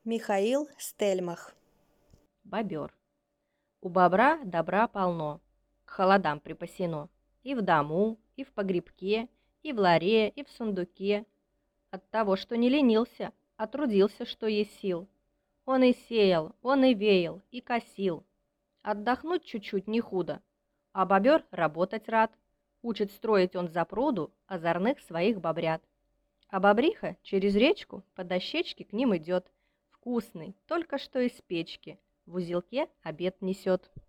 Михаил Стельмах. Бобер. У бобра добра полно, к холодам припасено, и в дому, и в погребке, и в ларе, и в сундуке. От того, что не ленился, а трудился, что есть сил. Он и сеял, он и веял, и косил. Отдохнуть чуть-чуть не худо, а бобер работать рад. Учит строить он запруду озорных своих бобрят. А бобриха через речку по дощечке к ним идет. Вкусный, только что из печки, в узелке обед несет.